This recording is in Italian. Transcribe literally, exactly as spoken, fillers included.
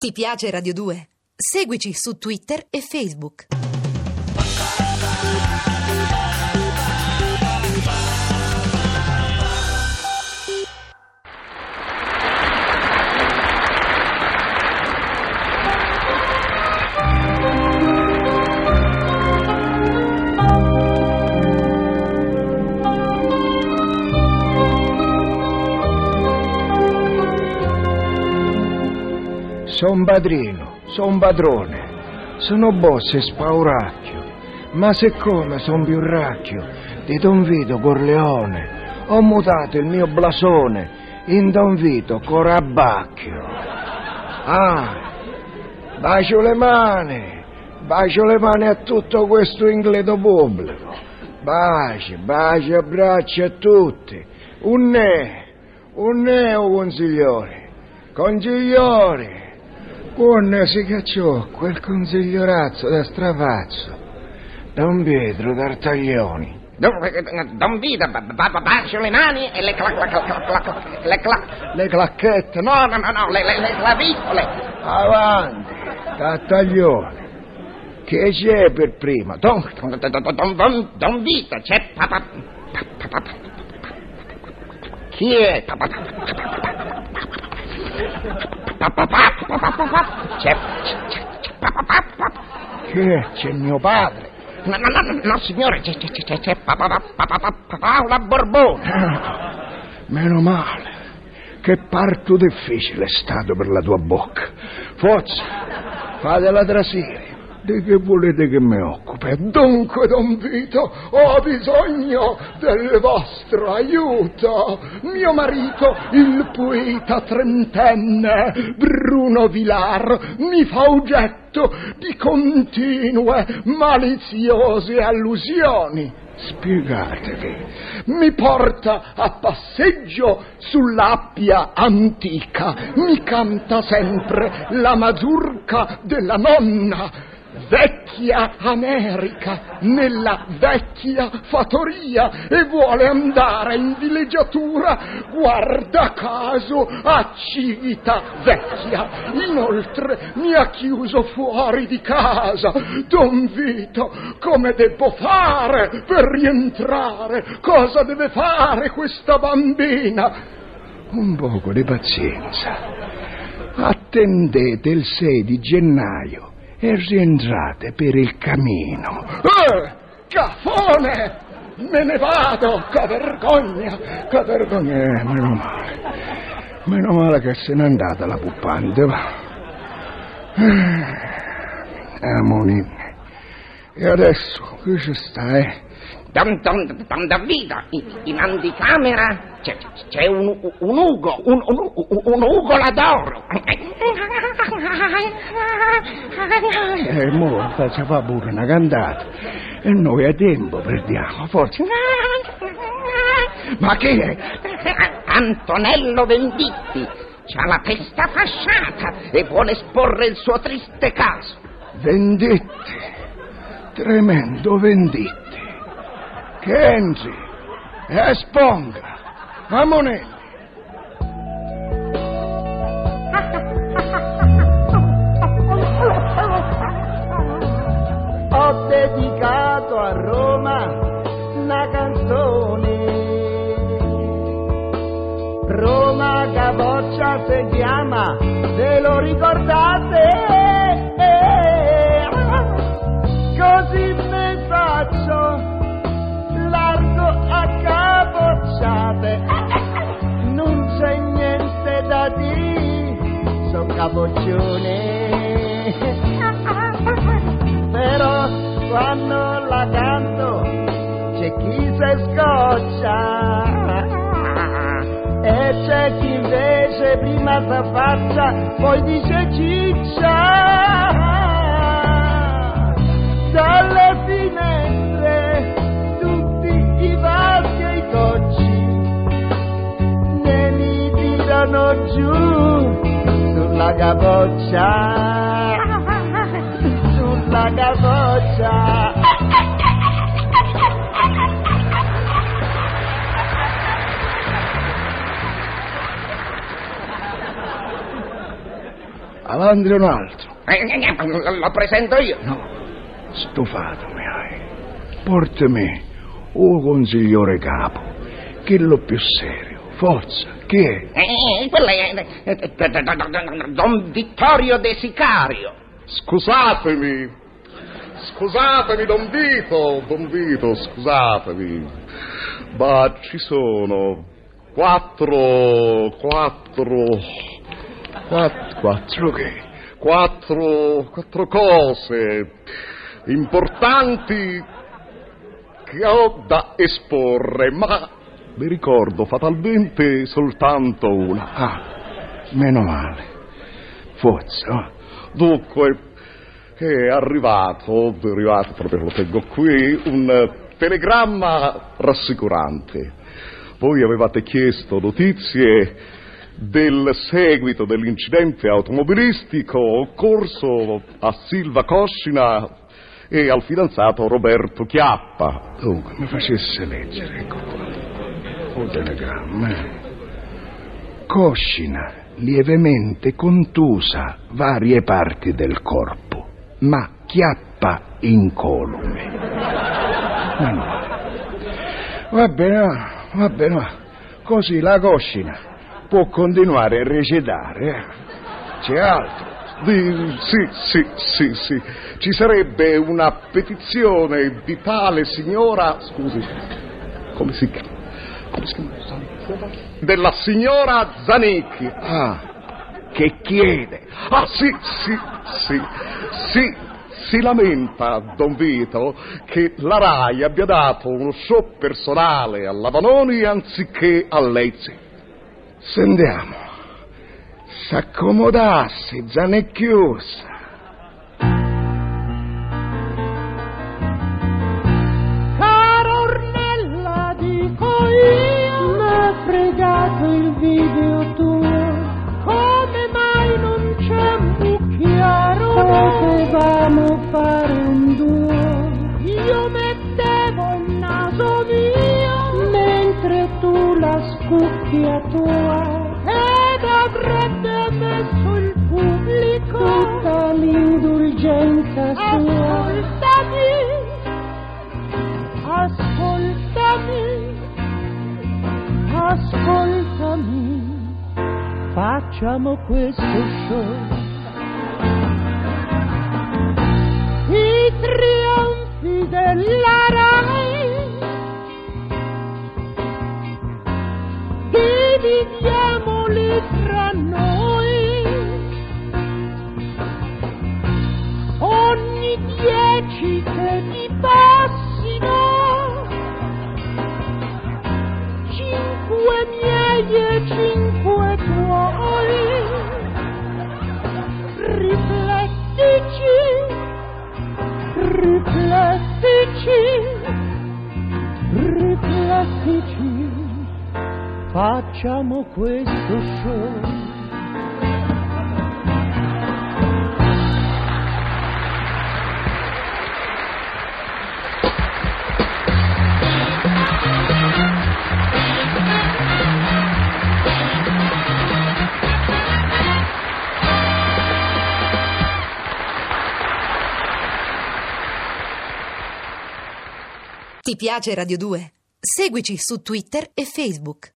Ti piace Radio due? Seguici su Twitter e Facebook. Son padrino, son padrone, sono boss e spauracchio, ma siccome son più racchio di Don Vito Corleone, ho mutato il mio blasone in Don Vito Corabacchio. Ah, bacio le mani, bacio le mani a tutto questo ingleto pubblico, baci, baci e braccia a tutti, un ne, un neo consigliore, consigliore. Buon si cacciò quel consigliorazzo da strafazzo, Don Pietro Tartaglioni. Don, Don Vito, bacio le mani e le cla, cla, cla, cla, cla, le, cla... le clacchette, no, no, no, no, le, le, le clavicole. Avanti, Tartaglioni. Che c'è per prima? Don, don, don, don, don Vito, c'è papà. Chi è? C'è, Che c'è mio padre? No, no, no, no signore, c'è, c'è, c'è, c'è Paola Borbone. Ah, meno male. Che parto difficile è stato per la tua bocca. Forza, fatela trasire. Di che volete che mi occupi? Dunque, Don Vito, ho bisogno del vostro aiuto. Mio marito, il poeta trentenne Bruno Vilar, mi fa oggetto di continue maliziose allusioni. Spiegatevi. Mi porta a passeggio sull'Appia antica, mi canta sempre la mazurka della nonna. Vecchia America nella vecchia fattoria e vuole andare in villeggiatura, guarda caso a Civita Vecchia. Inoltre mi ha chiuso fuori di casa. Don Vito, come devo fare per rientrare? Cosa deve fare questa bambina? Un poco di pazienza. Attendete il sei di gennaio e rientrate per il cammino. Eh, cafone! Me ne vado, che vergogna, che vergogna. Eh, meno male, meno male che se n'è andata la puppante, va. Eh, amonine. E adesso, che ci sta, eh? Don, don, don Davida, in, in anticamera c'è, c'è un, un Ugo, un, un, un Ugola d'oro. E eh, mo faccia fa pure una cantata e noi a tempo perdiamo, forse. Ma che è? Antonello Venditti, c'ha la testa fasciata e vuole esporre il suo triste caso. Venditti, tremendo Venditti. Che entri e esponga a Monelli. Ho dedicato a Roma una canzone. Roma Capoccia si chiama, se lo ricordate? Così ne faccio largo a capocciate, non c'è niente da dire, so capoccione. Però quando la canto c'è chi si scoccia e c'è chi invece prima si affaccia, poi dice ciccia. Dalle finestre giù sulla capoccia, sulla capoccia. davanti a un altro. Eh, lo presento io. No, stufato mi hai. Portami un consigliere capo, che è lo più serio. Forza, chi è? Eh, quello è eh, Don Vittorio De Sicario. Scusatemi, scusatemi, Don Vito, Don Vito, scusatemi, ma ci sono quattro, quattro, quattro, Quattro che? quattro, quattro cose importanti che ho da esporre, ma mi ricordo fatalmente soltanto una. Ah, meno male. Forza. Dunque, è arrivato, è arrivato, proprio lo tengo qui, un telegramma rassicurante. Voi avevate chiesto notizie del seguito dell'incidente automobilistico occorso a Silva Coscina e al fidanzato Roberto Chiappa. Dunque, mi facesse leggere, ecco qua. Un telegramma. Coscina, lievemente contusa varie parti del corpo, ma Chiappa incolume. Ma no. Va bene, va bene, così la Coscina può continuare a recitare. Eh? C'è altro? Di, sì, sì, sì, sì. Ci sarebbe una petizione di tale signora, scusi, come si chiama? Come si chiama? Della signora Zanicchi. Ah, che chiede? Ah, sì, sì, sì, sì, si lamenta, Don Vito, che la RAI abbia dato uno show personale alla Vanoni anziché a lei. Sentiamo. S'accomodasse, Zanecchiusa. Cara Ornella, dico io, m'ha fregato il video tuo. Come mai non c'è un chiaro? Potevamo fare un duo. Io mettevo il naso mio mentre tu la scucchiatura. Ed avrebbe messo il pubblico tutta l'indulgenza sua. Ascoltami, ascoltami, ascoltami, facciamo questo show. I trionfi della RAI dividiamoli tra noi. Ogni dieci che ti passino, cinque miei e cinque tuoi. Riflettici, riflettici, riflettici, facciamo questo show. Ti piace Radio due? Seguici su Twitter e Facebook.